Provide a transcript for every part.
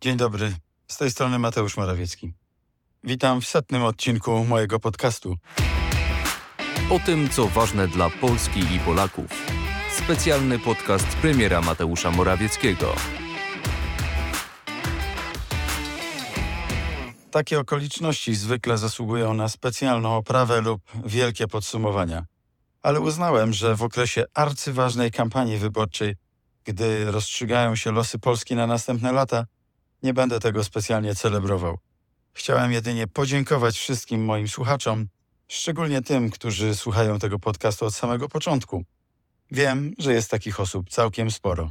Dzień dobry, z tej strony Mateusz Morawiecki. Witam w 100. odcinku mojego podcastu. O tym, co ważne dla Polski i Polaków. Specjalny podcast premiera Mateusza Morawieckiego. Takie okoliczności zwykle zasługują na specjalną oprawę lub wielkie podsumowania. Ale uznałem, że w okresie arcyważnej kampanii wyborczej, gdy rozstrzygają się losy Polski na następne lata, nie będę tego specjalnie celebrował. Chciałem jedynie podziękować wszystkim moim słuchaczom, szczególnie tym, którzy słuchają tego podcastu od samego początku. Wiem, że jest takich osób całkiem sporo.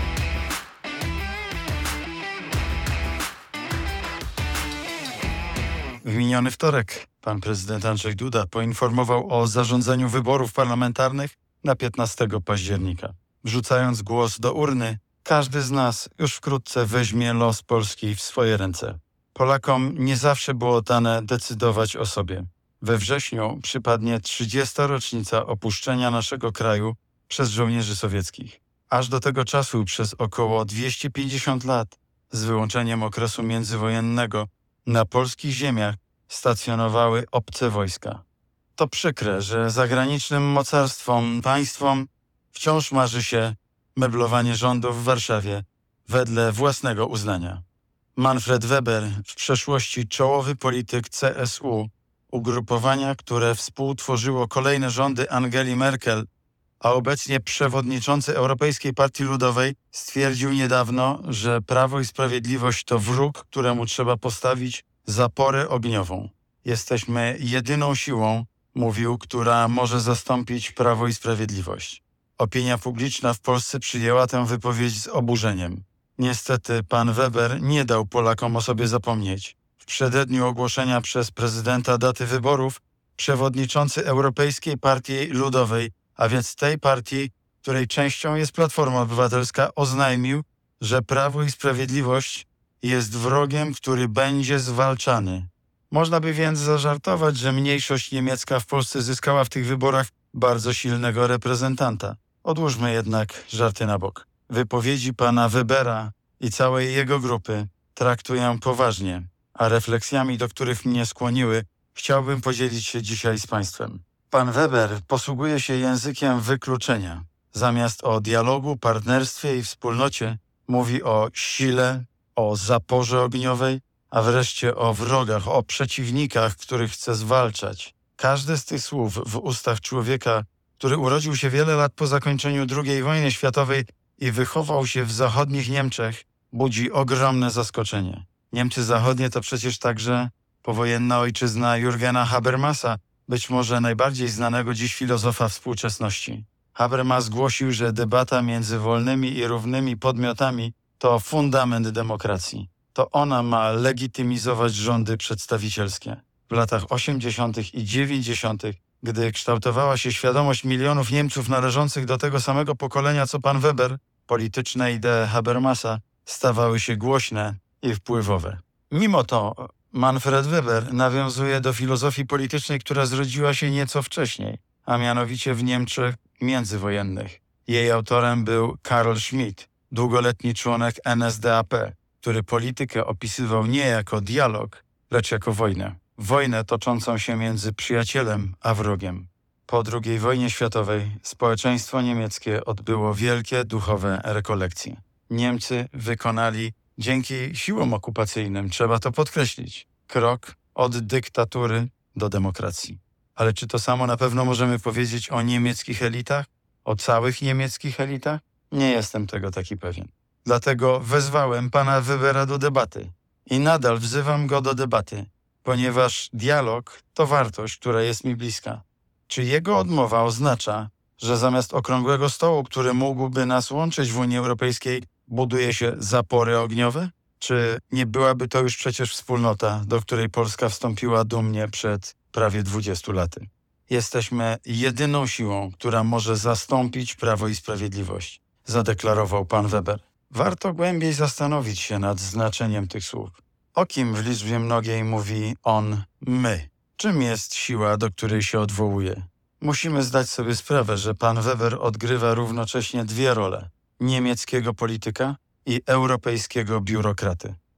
W miniony wtorek pan prezydent Andrzej Duda poinformował o zarządzeniu wyborów parlamentarnych na 15 października. Wrzucając głos do urny, każdy z nas już wkrótce weźmie los Polski w swoje ręce. Polakom nie zawsze było dane decydować o sobie. We wrześniu przypadnie 30. rocznica opuszczenia naszego kraju przez żołnierzy sowieckich. Aż do tego czasu przez około 250 lat, z wyłączeniem okresu międzywojennego, na polskich ziemiach stacjonowały obce wojska. To przykre, że zagranicznym mocarstwom, państwom wciąż marzy się meblowanie rządu w Warszawie wedle własnego uznania. Manfred Weber, w przeszłości czołowy polityk CSU, ugrupowania, które współtworzyło kolejne rządy Angeli Merkel, a obecnie przewodniczący Europejskiej Partii Ludowej, stwierdził niedawno, że Prawo i Sprawiedliwość to wróg, któremu trzeba postawić zaporę ogniową. Jesteśmy jedyną siłą, mówił, która może zastąpić Prawo i Sprawiedliwość. Opinia publiczna w Polsce przyjęła tę wypowiedź z oburzeniem. Niestety pan Weber nie dał Polakom o sobie zapomnieć. W przededniu ogłoszenia przez prezydenta daty wyborów przewodniczący Europejskiej Partii Ludowej, a więc tej partii, której częścią jest Platforma Obywatelska, oznajmił, że Prawo i Sprawiedliwość jest wrogiem, który będzie zwalczany. Można by więc zażartować, że mniejszość niemiecka w Polsce zyskała w tych wyborach bardzo silnego reprezentanta. Odłóżmy jednak żarty na bok. Wypowiedzi pana Webera i całej jego grupy traktuję poważnie, a refleksjami, do których mnie skłoniły, chciałbym podzielić się dzisiaj z państwem. Pan Weber posługuje się językiem wykluczenia. Zamiast o dialogu, partnerstwie i wspólnocie mówi o sile, o zaporze ogniowej, a wreszcie o wrogach, o przeciwnikach, których chce zwalczać. Każde z tych słów w ustach człowieka, który urodził się wiele lat po zakończeniu II wojny światowej i wychował się w zachodnich Niemczech, budzi ogromne zaskoczenie. Niemcy zachodnie to przecież także powojenna ojczyzna Jürgena Habermasa, być może najbardziej znanego dziś filozofa współczesności. Habermas głosił, że debata między wolnymi i równymi podmiotami to fundament demokracji. To ona ma legitymizować rządy przedstawicielskie. W latach 80. i 90., gdy kształtowała się świadomość milionów Niemców należących do tego samego pokolenia co pan Weber, polityczne idee Habermasa stawały się głośne i wpływowe. Mimo to Manfred Weber nawiązuje do filozofii politycznej, która zrodziła się nieco wcześniej, a mianowicie w Niemczech międzywojennych. Jej autorem był Karl Schmitt, długoletni członek NSDAP, który politykę opisywał nie jako dialog, lecz jako wojnę. Wojnę toczącą się między przyjacielem a wrogiem. Po II wojnie światowej społeczeństwo niemieckie odbyło wielkie duchowe rekolekcje. Niemcy wykonali dzięki siłom okupacyjnym, trzeba to podkreślić, krok od dyktatury do demokracji. Ale czy to samo na pewno możemy powiedzieć o niemieckich elitach? O całych niemieckich elitach? Nie jestem tego taki pewien. Dlatego wezwałem pana Webera do debaty i nadal wzywam go do debaty, ponieważ dialog to wartość, która jest mi bliska. Czy jego odmowa oznacza, że zamiast okrągłego stołu, który mógłby nas łączyć w Unii Europejskiej, buduje się zapory ogniowe? Czy nie byłaby to już przecież wspólnota, do której Polska wstąpiła dumnie przed prawie 20 laty? Jesteśmy jedyną siłą, która może zastąpić Prawo i Sprawiedliwość, zadeklarował pan Weber. Warto głębiej zastanowić się nad znaczeniem tych słów. O kim w liczbie mnogiej mówi on, my? Czym jest siła, do której się odwołuje? Musimy zdać sobie sprawę, że pan Weber odgrywa równocześnie dwie role: niemieckiego polityka i europejskiego biurokraty.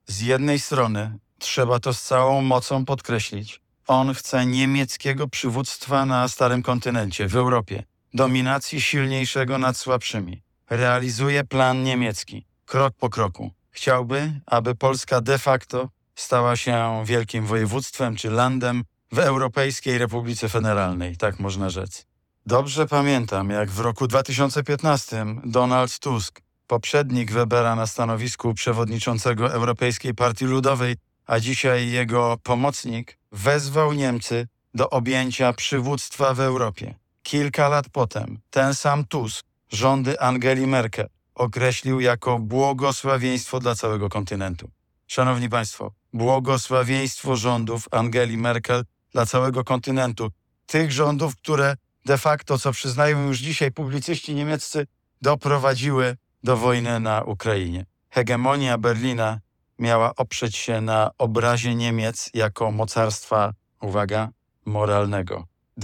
Z jednej strony, trzeba to z całą mocą podkreślić, on chce niemieckiego przywództwa na starym kontynencie, w Europie, dominacji silniejszego nad słabszymi. Realizuje plan niemiecki, krok po kroku. Chciałby, aby Polska de facto stała się wielkim województwem czy landem w Europejskiej Republice Federalnej, tak można rzec. Dobrze pamiętam, jak w roku 2015 Donald Tusk, poprzednik Webera na stanowisku przewodniczącego Europejskiej Partii Ludowej, a dzisiaj jego pomocnik, wezwał Niemcy do objęcia przywództwa w Europie. Kilka lat potem ten sam Tusk rządy Angeli Merkel określił jako błogosławieństwo dla całego kontynentu. Szanowni Państwo, błogosławieństwo rządów Angeli Merkel dla całego kontynentu. Tych rządów, które de facto, co przyznają już dzisiaj publicyści niemieccy, doprowadziły do wojny na Ukrainie. Hegemonia Berlina miała oprzeć się na obrazie Niemiec jako mocarstwa, uwaga, moralnego.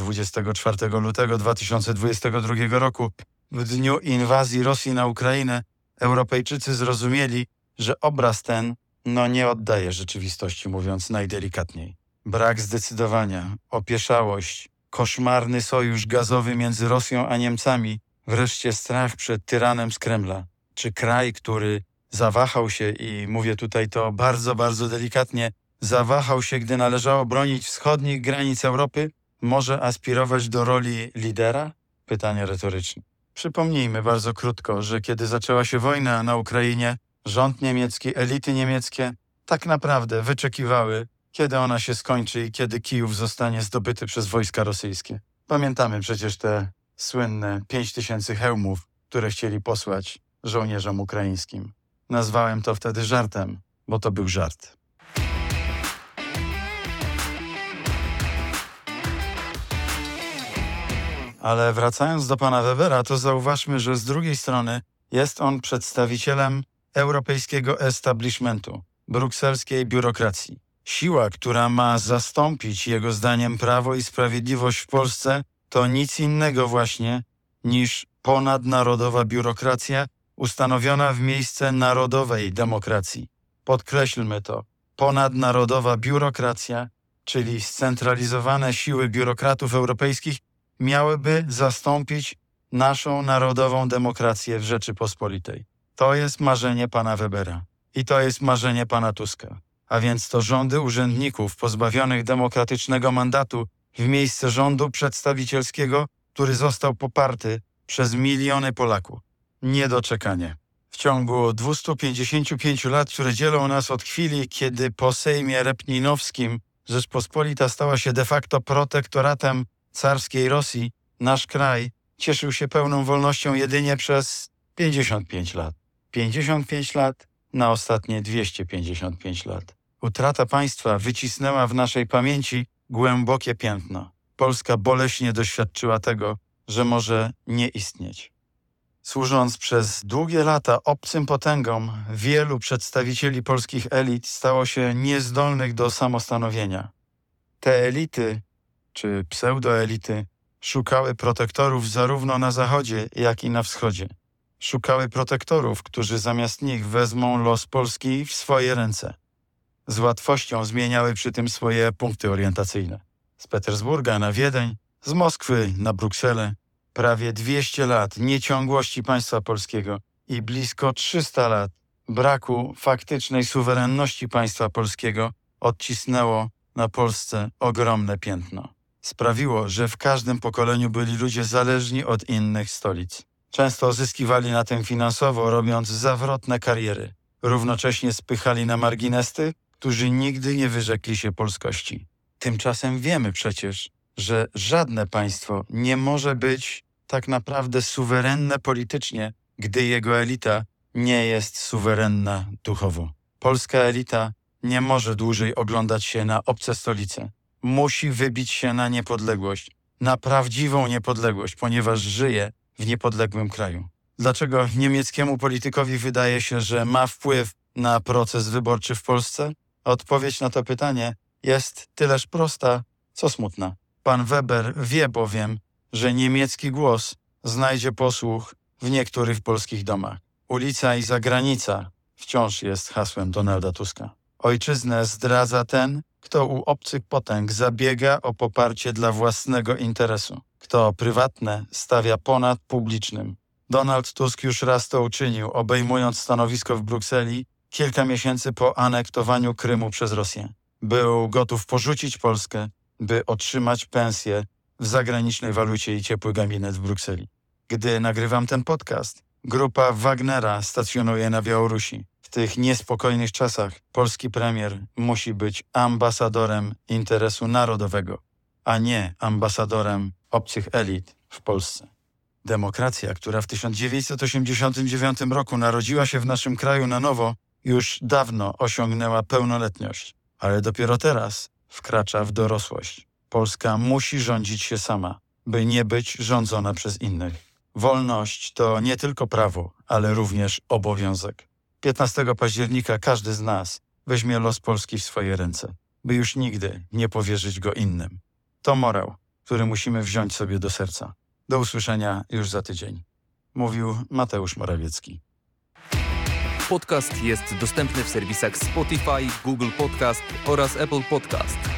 24 lutego 2022 roku, w dniu inwazji Rosji na Ukrainę, Europejczycy zrozumieli, że obraz ten nie oddaje rzeczywistości, mówiąc najdelikatniej. Brak zdecydowania, opieszałość, koszmarny sojusz gazowy między Rosją a Niemcami, wreszcie strach przed tyranem z Kremla. Czy kraj, który zawahał się, i mówię tutaj to bardzo, bardzo delikatnie, zawahał się, gdy należało bronić wschodnich granic Europy, może aspirować do roli lidera? Pytanie retoryczne. Przypomnijmy bardzo krótko, że kiedy zaczęła się wojna na Ukrainie, rząd niemiecki, elity niemieckie tak naprawdę wyczekiwały, kiedy ona się skończy i kiedy Kijów zostanie zdobyty przez wojska rosyjskie. Pamiętamy przecież te słynne 5000 hełmów, które chcieli posłać żołnierzom ukraińskim. Nazwałem to wtedy żartem, bo to był żart. Ale wracając do pana Webera, to zauważmy, że z drugiej strony jest on przedstawicielem europejskiego establishmentu, brukselskiej biurokracji. Siła, która ma zastąpić jego zdaniem Prawo i Sprawiedliwość w Polsce, to nic innego właśnie niż ponadnarodowa biurokracja ustanowiona w miejsce narodowej demokracji. Podkreślmy to. Ponadnarodowa biurokracja, czyli scentralizowane siły biurokratów europejskich, miałyby zastąpić naszą narodową demokrację w Rzeczypospolitej. To jest marzenie pana Webera i to jest marzenie pana Tuska. A więc to rządy urzędników pozbawionych demokratycznego mandatu w miejsce rządu przedstawicielskiego, który został poparty przez miliony Polaków. Niedoczekanie. W ciągu 255 lat, które dzielą nas od chwili, kiedy po Sejmie Repninowskim Rzeczpospolita stała się de facto protektoratem carskiej Rosji, nasz kraj cieszył się pełną wolnością jedynie przez 55 lat. 55 lat na ostatnie 255 lat. Utrata państwa wycisnęła w naszej pamięci głębokie piętno. Polska boleśnie doświadczyła tego, że może nie istnieć. Służąc przez długie lata obcym potęgom, wielu przedstawicieli polskich elit stało się niezdolnych do samostanowienia. Te elity, czy pseudoelity, szukały protektorów zarówno na zachodzie, jak i na wschodzie. Szukały protektorów, którzy zamiast nich wezmą los Polski w swoje ręce. Z łatwością zmieniały przy tym swoje punkty orientacyjne. Z Petersburga na Wiedeń, z Moskwy na Brukselę. Prawie 200 lat nieciągłości państwa polskiego i blisko 300 lat braku faktycznej suwerenności państwa polskiego odcisnęło na Polsce ogromne piętno. Sprawiło, że w każdym pokoleniu byli ludzie zależni od innych stolic. Często zyskiwali na tym finansowo, robiąc zawrotne kariery. Równocześnie spychali na marginesy, którzy nigdy nie wyrzekli się polskości. Tymczasem wiemy przecież, że żadne państwo nie może być tak naprawdę suwerenne politycznie, gdy jego elita nie jest suwerenna duchowo. Polska elita nie może dłużej oglądać się na obce stolice. Musi wybić się na niepodległość, na prawdziwą niepodległość, ponieważ żyje w niepodległym kraju. Dlaczego niemieckiemu politykowi wydaje się, że ma wpływ na proces wyborczy w Polsce? Odpowiedź na to pytanie jest tyleż prosta, co smutna. Pan Weber wie bowiem, że niemiecki głos znajdzie posłuch w niektórych polskich domach. Ulica i zagranica wciąż jest hasłem Donalda Tuska. Ojczyznę zdradza ten, kto u obcych potęg zabiega o poparcie dla własnego interesu, kto prywatne stawia ponad publicznym. Donald Tusk już raz to uczynił, obejmując stanowisko w Brukseli kilka miesięcy po anektowaniu Krymu przez Rosję. Był gotów porzucić Polskę, by otrzymać pensję w zagranicznej walucie i ciepły gabinet w Brukseli. Gdy nagrywam ten podcast, grupa Wagnera stacjonuje na Białorusi. W tych niespokojnych czasach polski premier musi być ambasadorem interesu narodowego, a nie ambasadorem obcych elit w Polsce. Demokracja, która w 1989 roku narodziła się w naszym kraju na nowo, już dawno osiągnęła pełnoletność, ale dopiero teraz wkracza w dorosłość. Polska musi rządzić się sama, by nie być rządzona przez innych. Wolność to nie tylko prawo, ale również obowiązek. 15 października każdy z nas weźmie los Polski w swoje ręce, by już nigdy nie powierzyć go innym. To morał, który musimy wziąć sobie do serca. Do usłyszenia już za tydzień. Mówił Mateusz Morawiecki. Podcast jest dostępny w serwisach Spotify, Google Podcast oraz Apple Podcast.